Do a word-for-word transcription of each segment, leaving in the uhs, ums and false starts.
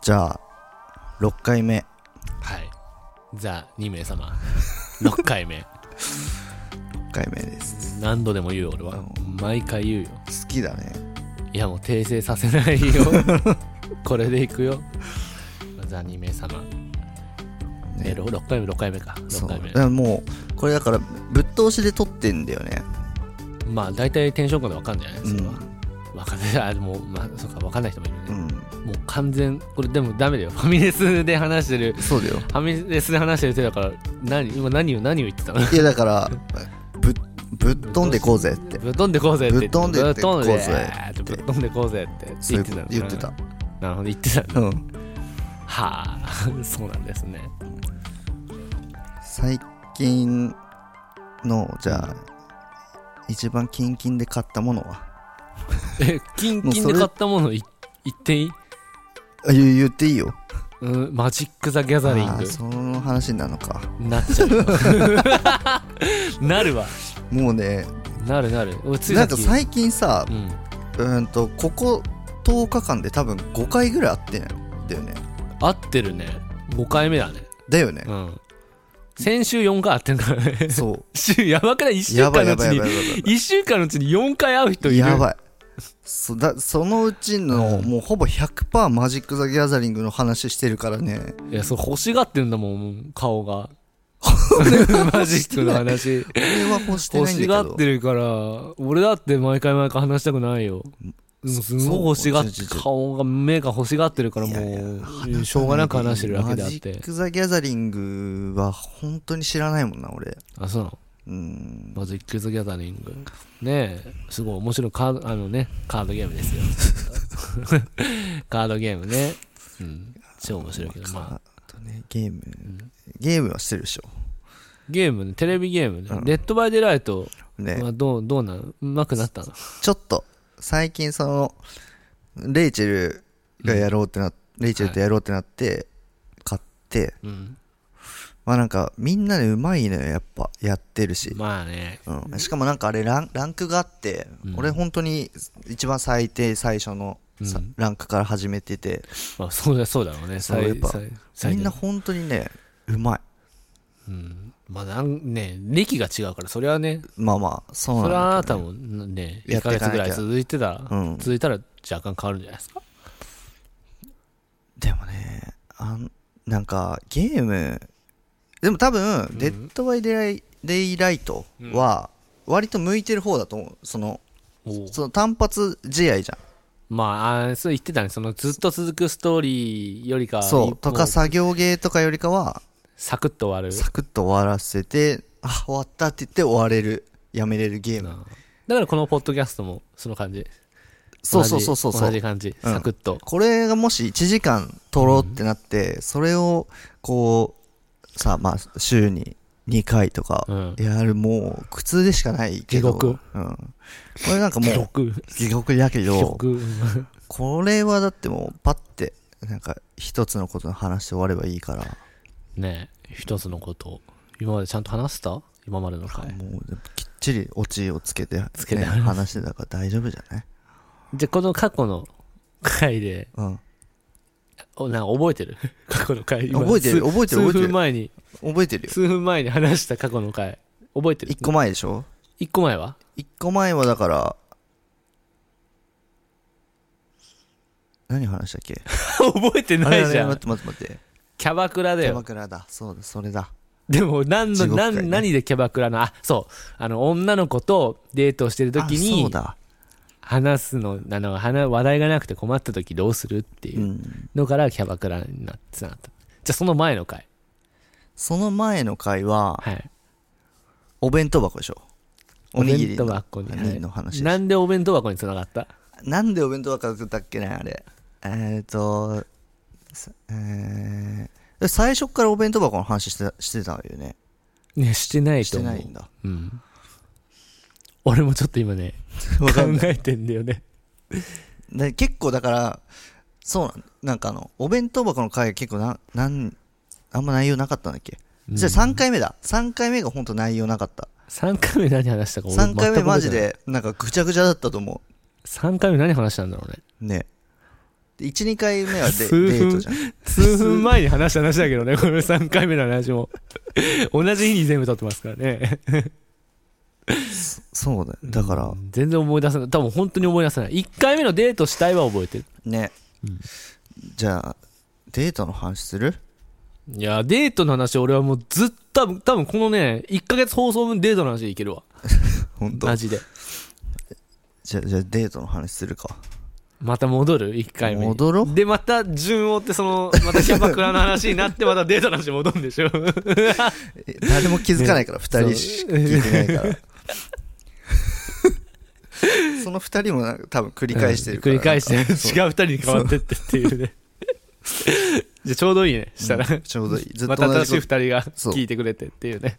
じゃあろっかいめ。 はい。じゃあにめいさまろっかいめ。 ろっかいめです。 何度でも言うよ俺は、毎回言うよ。 好きだね。 いやもう訂正させないよこれでいくよ。じゃあにめいさま、ね、ろっかいめろっかいめか。ろっかいめ。 そうもうこれだからぶっ通しで撮ってんだよね。 まあ大体テンション感で分かんじゃないですか、 うん、 分かんない。あでもまあそうか分かんない人もいるね、 うん、 もう完全これでもダメだよ。ファミレスで話してる。 そうだよ。 ファミレスで話してる人だから何今何を何を言ってたの。 いやだからぶぶっ飛んでこうぜって。 ぶっ飛んでこうぜってぶっ飛んでこうぜってぶっ飛んでこうぜって言ってたの。 言ってた。 なるほど言ってたの、 うん、 はあそうなんですね。 最近のじゃあ一番キンキンで買ったものはえキンキンで買ったもの言っていい？ あ言言っていいよ。 うん、マジック・ザ・ギャザリング。 その話なのか。 なっちゃうよなるわ。 もうねなるなる。 なんか最近さ、 うん、 うんとこことおかかんで多分ごかいぐらい会ってんだよね。 会ってるね。ごかいめだね。 だよね、 うん、先週よんかい会ってんからね。 そう週やばくない？いっしゅうかんのうちにいっしゅうかんのうちによんかい会う人いる。 やばい。そ, だそのうちの、うん、もうほぼ ひゃくパーセント マジック・ザ・ギャザリングの話してるからね。 いやそう欲しがってるんだもん顔がマジックの話俺は欲してないんだけど。 欲しがってるから俺だって毎回毎回話したくないよ。すごい欲しがって顔が目が欲しがってるからもういやいやしょうがなく話してるだけであって。マジック・ザ・ギャザリングは本当に知らないもんな俺。 あそうなの。うん、マジック・ザ・ギャザリングねえすごい面白いカードあのねカードゲームですよカードゲームね、うん、超面白いけどまあ、 ね、ゲーム、うん、ゲームはしてるでしょ。 ゲームねテレビゲームね、うん、デッドバイデイライトは、ね、どうどうなんうまくなったの？ ちょっと最近そのレイチェルがやろうってな、うん、レイチェルとやろうってなって買って、はい、うんまあなんかみんなでうまいのよやっぱやってるし。 まあね、 うん、しかもなんかあれラン、ランクがあって、うん、俺本当に一番最低最初の、うん、ランクから始めてて、 まあそうだそうだろうね。 そうやっぱみんな本当にねうまい。 うんまあなんね歴が違うからそれはねまあまあそうなんだけど、ね、 それはあなたもねいっかげつぐらい続いてたら、うん、続いたら若干変わるんじゃないですか。 でもねあなんかゲームでも多分、うん、デッドバイデイライトは割と向いてる方だと思う。その、その単発試合じゃん。 まあ、あそう言ってたね。そのずっと続くストーリーよりかそうとか作業ゲーとかよりかはサクッと終わる。 サクッと終わらせてあ終わったって言って終われるやめれるゲーム。 だからこのポッドキャストもその感じ。 そうそうそうそう同じ感じ、うん、サクッと。 これがもしいちじかん撮ろうってなって、うん、それをこうさあまあ週ににかいとかやる、うん、もう苦痛でしかないけど、 地獄、 うん、これなんかもう地獄地獄だけどこれはだってもうパッてなんか一つのことの話して終わればいいからねえ一つのこと今までちゃんと話せた今までの回もうきっちりオチをつけて、ね、つけて話してたから大丈夫じゃない？ じゃあこの過去の回で、うんおなんか覚えてる過去の回覚えてる覚えてる覚えてる数分前に覚えてるよ数分前に話した過去の回覚えてる？ いっこまえでしょ？ いっこまえはいっこまえはだから何話したっけ覚えてないじゃん。 待って待って待ってキャバクラだよ。 キャバクラだそうだそれだ。 でも何の、ね、何, 何でキャバクラのあそうあの女の子とデートをしてる時にそうだ話すのあの話題がなくて困った時どうするっていうのからキャバクラになってなった。じゃあその前の回その前の回は、はい、お弁当箱でしょ。 おにぎりのお弁当箱に、はい、の話。なんでお弁当箱に繋がった？ なんでお弁当箱だっけねあれえっ、ー、とえー、最初からお弁当箱の話してたしてたよね。 ねしてないと思う。 してないんだ。 うん。俺もちょっと今ね考えてんだよねで結構だからそうなんなんかあのお弁当箱の回結構ななんあんま内容なかったんだっけ、うん、じゃあさんかいめださんかいめがほんと内容なかった。 さんかいめ何話したか俺さんかいめマジでなんかぐちゃぐちゃだったと思う。 さんかいめ何話したんだろうね。 ねいち、にかいめはデ数分デートじゃん。 数分前に話した話だけどね、このさんかいめの話も。同じ日に全部撮ってますからね。 そうだよ。だから、 うん、全然思い出せない。多分本当に思い出せない。いっかいめのデートしたいは覚えてる。 ね。うん、じゃあ、デートの話する？ いや、デートの話、俺はもうずっと、多分、多分このね、いっかげつ放送分デートの話でいけるわ。 本当？ マジで。 じゃあ、じゃあデートの話するか。 また戻る ?いっ 回目に。 戻ろう。 で、また順を追って、その、またキャバクラの話になって、またデートの話に戻るんでしょ。 誰も気づかないから、ふたりしか聞いてないから。そのふたりもなんか多分繰り返してるから、 うん、繰り返してる。違うふたりに変わってってっていうね。じゃあちょうどいいね。したら、うん、 ちょうどいい。 ずっとまた新しいふたりが聞いてくれてっていうね。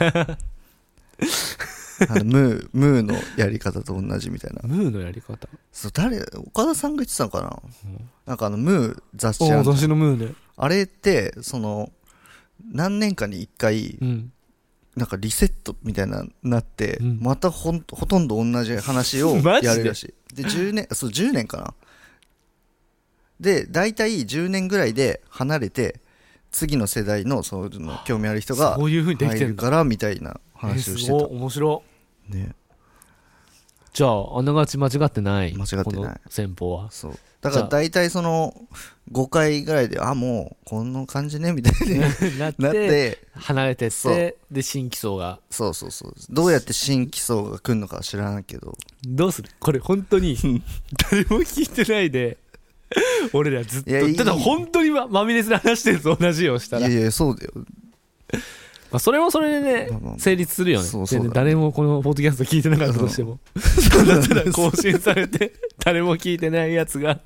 あのムー、ムーのやり方と同じみたいな。 ムーのやり方？ そう、誰、岡田さんが言ってたのかな、うん、なんかあの、ムー雑誌ある。雑誌のムーね。 あれって、その、何年かに一回、うん、なんかリセットみたいな、なって、うん、またほん、ほとんど同じ話をやるらしい。で、じゅうねん、そう、じゅうねんかな。で、大体じゅうねんぐらいで離れて、次の世代の、そういうの興味ある人が入るから、みたいな話をしてた。 えー、面白い。ね。じゃあ、あながち間違ってない。 間違ってない。この戦法は。 そう。だから大体その、ごかいぐらいで、あ、もう、こんな感じね、みたいになって、なって離れてって、で、新規層が。 そうそうそう。どうやって新規層が来るのか知らないけど。 どうする？これ本当に、誰も聞いてないで、俺らずっと、いやいいただ本当にま、まみれずで話してると同じようしたら。 いやいや、そうだよ。 まあそれもそれでね、まあまあまあ、成立するよね。そうそうだね。誰もこのポッドキャスト聞いてなかったとしても。ただただ更新されて、誰も聞いてないやつが。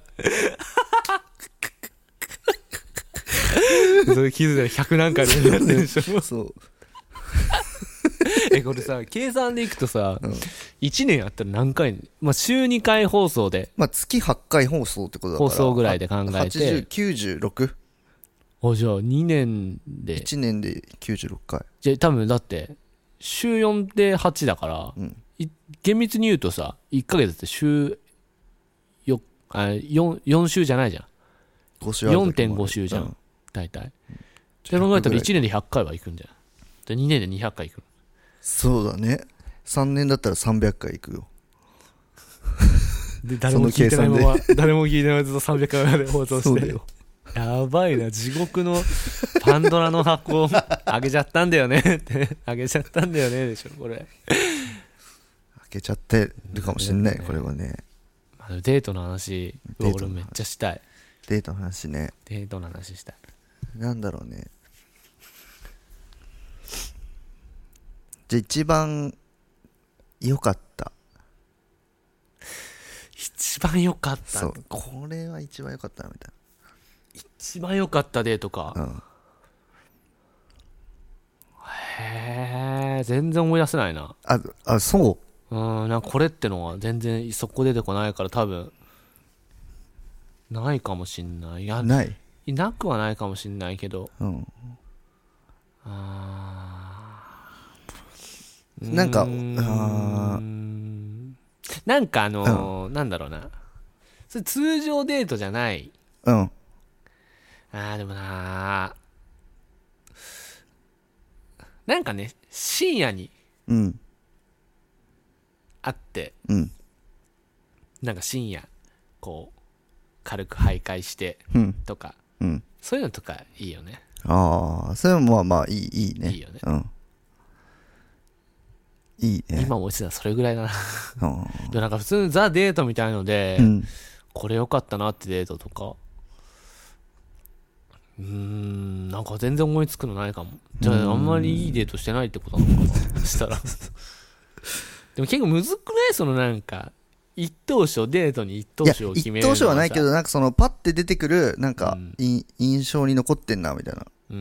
それ気づいたらひゃく何回でやってるでしょ。そう。え、これさ、計算でいくとさ、うん、いちねんやったら何回、まあ週にかい放送で。 まあ月はちかい放送ってことだから。 放送ぐらいで考えて。はちじゅう、 きゅうじゅうろく。 あ、じゃあにねんで。 いちねんできゅうじゅうろっかい。 じゃあ多分だって、週よんではちだから、うん、厳密に言うとさ、いっかげつって週よ、あ、4、よん週じゃないじゃん。 ご週ある。 よんてんご 週じゃん。うん、大体。って考えたらいちねんでひゃっかいは行くんじゃん。でにねんでにひゃっかい行く。 そうだね。さんねんだったらさんびゃっかい行くよ。 で、誰も聞いてないまま、誰も聞いてないままずっとさんびゃっかいまで放送して。そうだよ。やばいな、地獄のパンドラの箱開けちゃったんだよねって開けちゃったんだよねでしょこれ。 開けちゃってるかもしれない、ね、これはね。 デートの話俺めっちゃしたい。 デートの話ね。 デートの話したい。 なんだろうね。じゃあ一番良かった一番良かった。 そう、これは一番良かったなみたいな。 一番良かったデートか、うん、へえ、全然思い出せないな。 ああ、そう。 うん、なんかこれってのは全然そこ出てこないから多分ないかもしんない。いや、 ないいなくはないかもしんないけど、うん、 あなんかあなんかあのーうん、なんだろうな、それ通常デートじゃない。うん。あーでもなーなんかね、深夜に会って、うん、なんか深夜こう軽く徘徊してとか、うんうん、そういうのとかいいよね。 ああ、それもまあまあいい、いいね。 いいよね。 うん。いいね。 今思いついたらそれぐらいだな。でもなんか普通のザ・デートみたいので、うん、これ良かったなってデートとか。うーん、なんか全然思いつくのないかも。じゃああんまりいいデートしてないってことなのかなしたら。でも結構むずくない？そのなんか一等賞、デートに一等賞を決めるのはさ。 一等賞はないけど、なんかそのパッて出てくるなんか、うん、印象に残ってんなみたいな。 うん。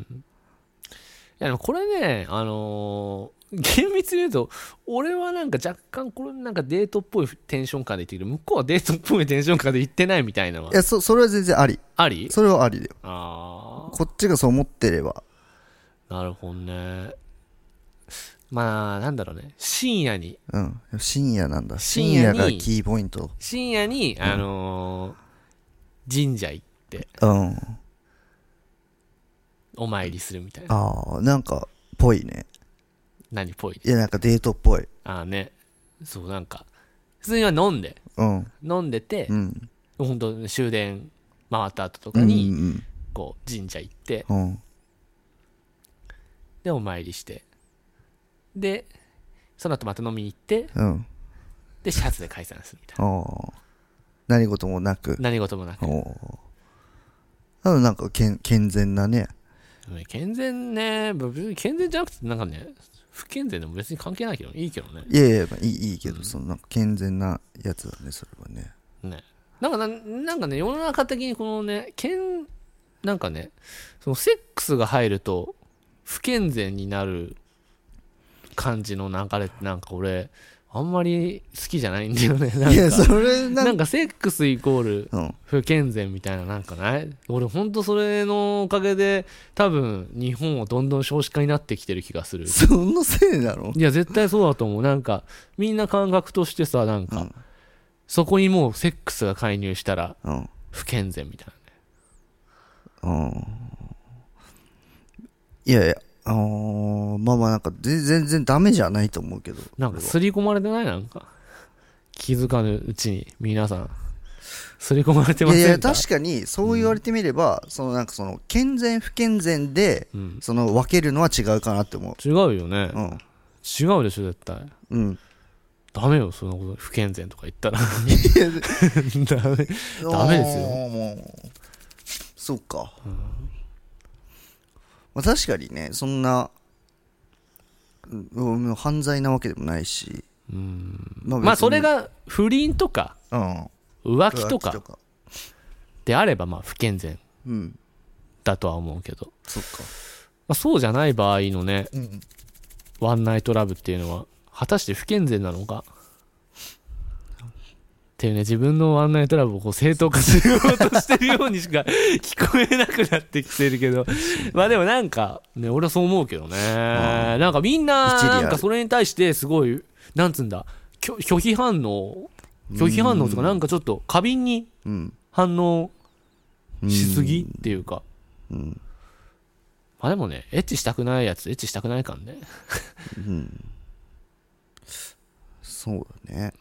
いやでもこれね、あのー、厳密に言うと俺はなんか若干これなんかデートっぽいテンション感で言ってるけど、向こうはデートっぽいテンション感で言ってないみたいなのは。 いや、そそれは全然あり。 あり？ それはありだよ。 ああ。 こっちがそう思ってれば。 なるほどね。まあなんだろうね、深夜に、 うん、深夜なんだ。深夜がキーポイント。 深夜に、あのー神社行ってうんお参りするみたいな。 ああなんかぽいね。 何っぽい？ いやなんかデートっぽい。 ああね、そうなんか普通には飲んでうん飲んでて、 うん、 本当終電回った後とうんかに、 うん、 こう神社行ってうんでお参りしてでその後また飲みに行ってうんでシャツで解散するみたいな。 ああ何事もなく。 何事もなく。 おー多分なんか健健全なね。 健全ね、別に健全じゃなくてなんかね不健全でも別に関係ないけどいいけどね。 いやいや、まあ、いいいいけど、うん、そのなんか健全なやつだねそれはね。 ねなんかななんかね世の中的にこのね健なんかねそのセックスが入ると不健全になる感じの流れってなんか俺あんまり好きじゃないんだよね。なんかいやそれなんかなんかセックスイコール不健全みたいななんかない、うん、俺ほんとそれのおかげで多分日本はどんどん少子化になってきてる気がする。 そのせいなの？ いや絶対そうだと思う。なんかみんな感覚としてさなんか、うん、そこにもうセックスが介入したら不健全みたいなね。うん。いやいやあーまあまあなんか全然ダメじゃないと思うけど、 なんか刷り込まれてない？なんか気づかぬうちに皆さん刷り込まれてませんか？ いやいや確かにそう言われてみれば、うん、そのなんかその健全不健全で、うん、その分けるのは違うかなって思う。 違うよね、うん、違うでしょ絶対。うんダメよそのこと不健全とか言ったらダメダメですよ。もうそうか、うんまあ、確かにねそんな、うん、犯罪なわけでもないし、 うんまあ、まあそれが不倫とか、うん、浮気とかであればまあ不健全だとは思うけど、うん、そっか、まあ、そうじゃない場合のね、うん、ワンナイトラブっていうのは果たして不健全なのかっていうね、自分のワンナイトラブをこう正当化しようとしてるようにしか聞こえなくなってきてるけどまあでもなんかね俺はそう思うけどね。なんかみんななんかそれに対してすごいなんつうんだ拒否反応拒否反応とかなんかちょっと過敏に反応しすぎっていうか、うん、まあでもねエッチしたくないやつエッチしたくないからねうんそうだね。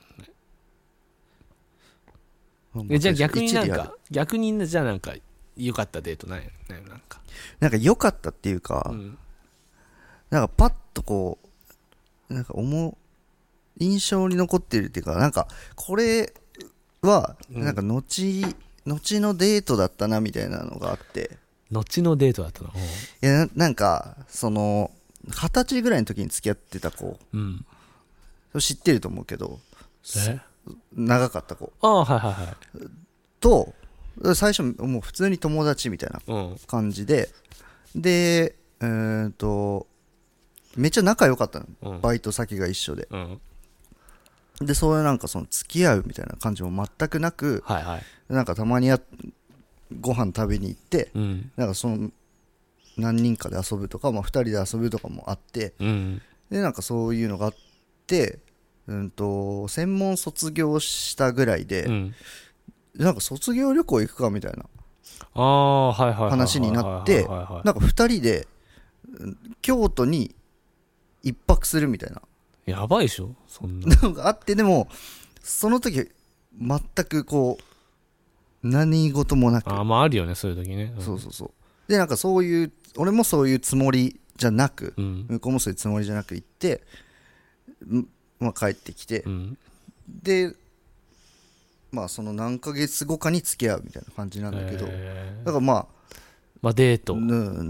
えじゃあ逆になんか逆にじゃあなんか良かったデートないないなんかなんか良かったっていうか、うん、なんかパッとこうなんか思う印象に残ってるっていうかなんかこれはなんか後、うん、後のデートだったなみたいなのがあって。 後のデートだったの？いや な, なんかその二十歳ぐらいの時に付き合ってた子、うん、知ってると思うけどえ長かった子ああはいはいはいと最初もう普通に友達みたいな感じで、うん、でえー、っとめっちゃ仲良かったの、うん、バイト先が一緒で、うん、でそういうなんかその付き合うみたいな感じも全くなく、はいはい、なんかたまにやご飯食べに行って、うん、なんかその何人かで遊ぶとか、まあ、ふたりで遊ぶとかもあって、うん、でなんかそういうのがあってうんと専門卒業したぐらいで、うん、なんか卒業旅行行くかみたいな話になってなんかふたりで京都に一泊するみたいなやばいでしょそんなのがあって、でもその時全くこう何事もなく、 あまああるよねそういう時ね、 うん、そうそうそうでなんかそういう俺もそういうつもりじゃなく、うん、向こうもそういうつもりじゃなく行ってまあ、帰ってきて、うん、でまあその何ヶ月後かに付き合うみたいな感じなんだけど、だからまあまあデート、 うん、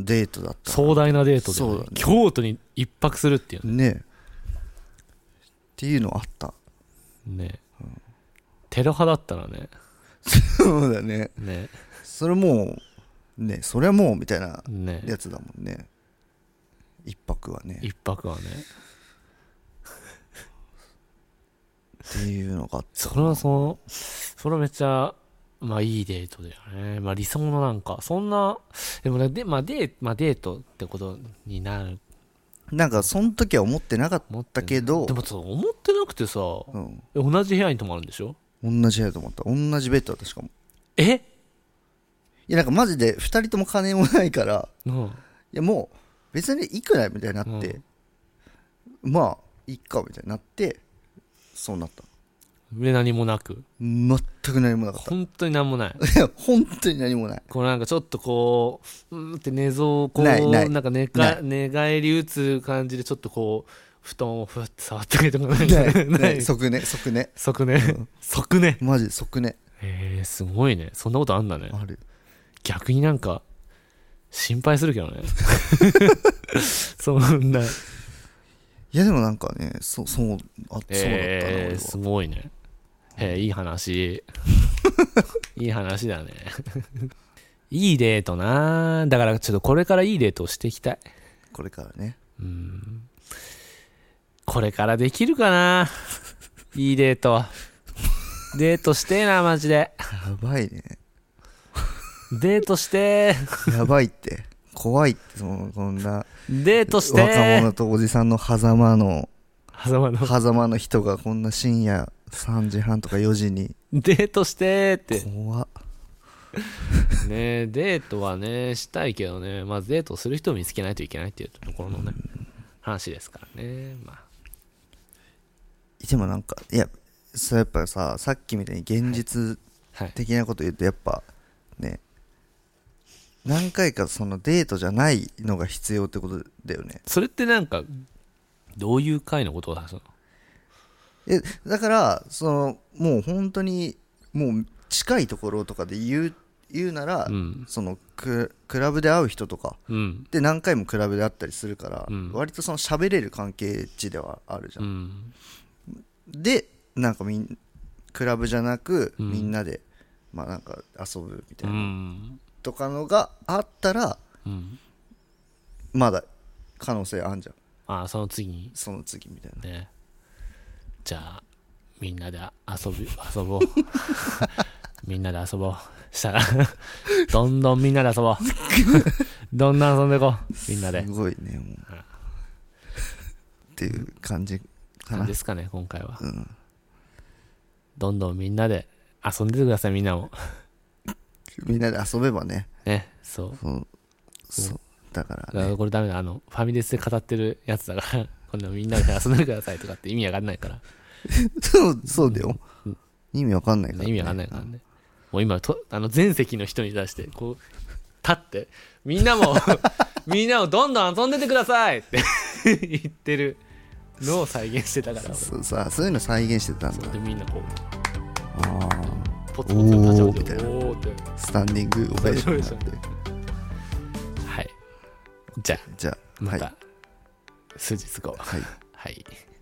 デートだった壮大なデートで、ねね、京都に一泊するっていうねっていうのあったね、うん、テロ派だったらねそうだねねそれもうねそれはもうみたいなやつだもんね、ね一泊はね一泊はねっていうのがあった。 それはそのそれはめっちゃまあいいデートだよね。まあ理想のなんかそんなでもねで、まあ、デ, まあデートってことになる。 なんかその時は思ってなかったけどでもさ思ってなくてさ、うん、同じ部屋に泊まるんでしょ？ 同じ部屋に泊まった同じベッドだったしかも。 えやなんかマジでふたりとも金もないからうんいやもう別にいくらみたいになって、うん、まあいっかみたいになってそうなった。 上何もなく全く何もなかった。 本当に何もないいや本当に何もない。 こうなんかちょっとこううーって寝相こうないないなんか寝か寝返り打つ感じでちょっとこう布団をふわって触ってくれとかないないない即寝即寝即寝、 うん、 即寝マジ即寝。 へえすごいね。そんなことあんだね。 ある。 逆になんか心配するけどねそんないやでもなんかねそそうあそうだったな、 えー、 俺はすごいね。へえいい話いい話だねいいデートな。だからちょっとこれからいいデートをしていきたい。 これからね。 うんこれからできるかな。いいデートデートしてえなマジで。 やばいね。 デートしてやばいって怖いってそのこんなデートして若者とおじさんの狭間の狭間の狭間の人がこんな深夜さんじはんとかよじにデートしてって怖っね。デートはねしたいけどね、まずデートをする人を見つけないといけないっていうところのね、うん、話ですからね。まあでもなんかいやそうやっぱささっきみたいに現実的なこと言うとやっぱね何回かそのデートじゃないのが必要ってことだよね。 それってなんかどういう回のことを指すの？ えだからそのもう本当にもう近いところとかで言う言うなら、うん、そのク、クラブで会う人とか、うん、で何回もクラブで会ったりするから、うん、割とその喋れる関係値ではあるじゃん、うん、でなんかみんクラブじゃなく、うん、みんなでまあなんか遊ぶみたいな、うん、とかのがあったら、うん、まだ可能性あんじゃん。 ああその次にその次みたいな、 ね、じゃあみんなで遊び遊ぼうみんなで遊ぼうしたらどんどんみんなで遊ぼうどんどん遊んでいこうみんなで。 すごいねもうっていう感じかなですかね今回は、うん、どんどんみんなで遊んでてください。みんなもみんなで遊べばね。 ねそうそうそうだから、ね、 だからこれダメだ。あのファミレスで語ってるやつだからこんなみんなで遊んでくださいとかって意味わかんないからそうそうだよ、うん、意味わかんないから、ね、 意味わかんないからね。もう今とあの全席の人に対してこう立ってみんなもみんなもどんどん遊んでてくださいって言ってるのを再現してたから。 そうさそういうの再現してたんだ。 でみんなこうあポツポツ立ち上がってみたいなスタンディングオベーションになってはいじゃあじゃあまた数日後はい、 はい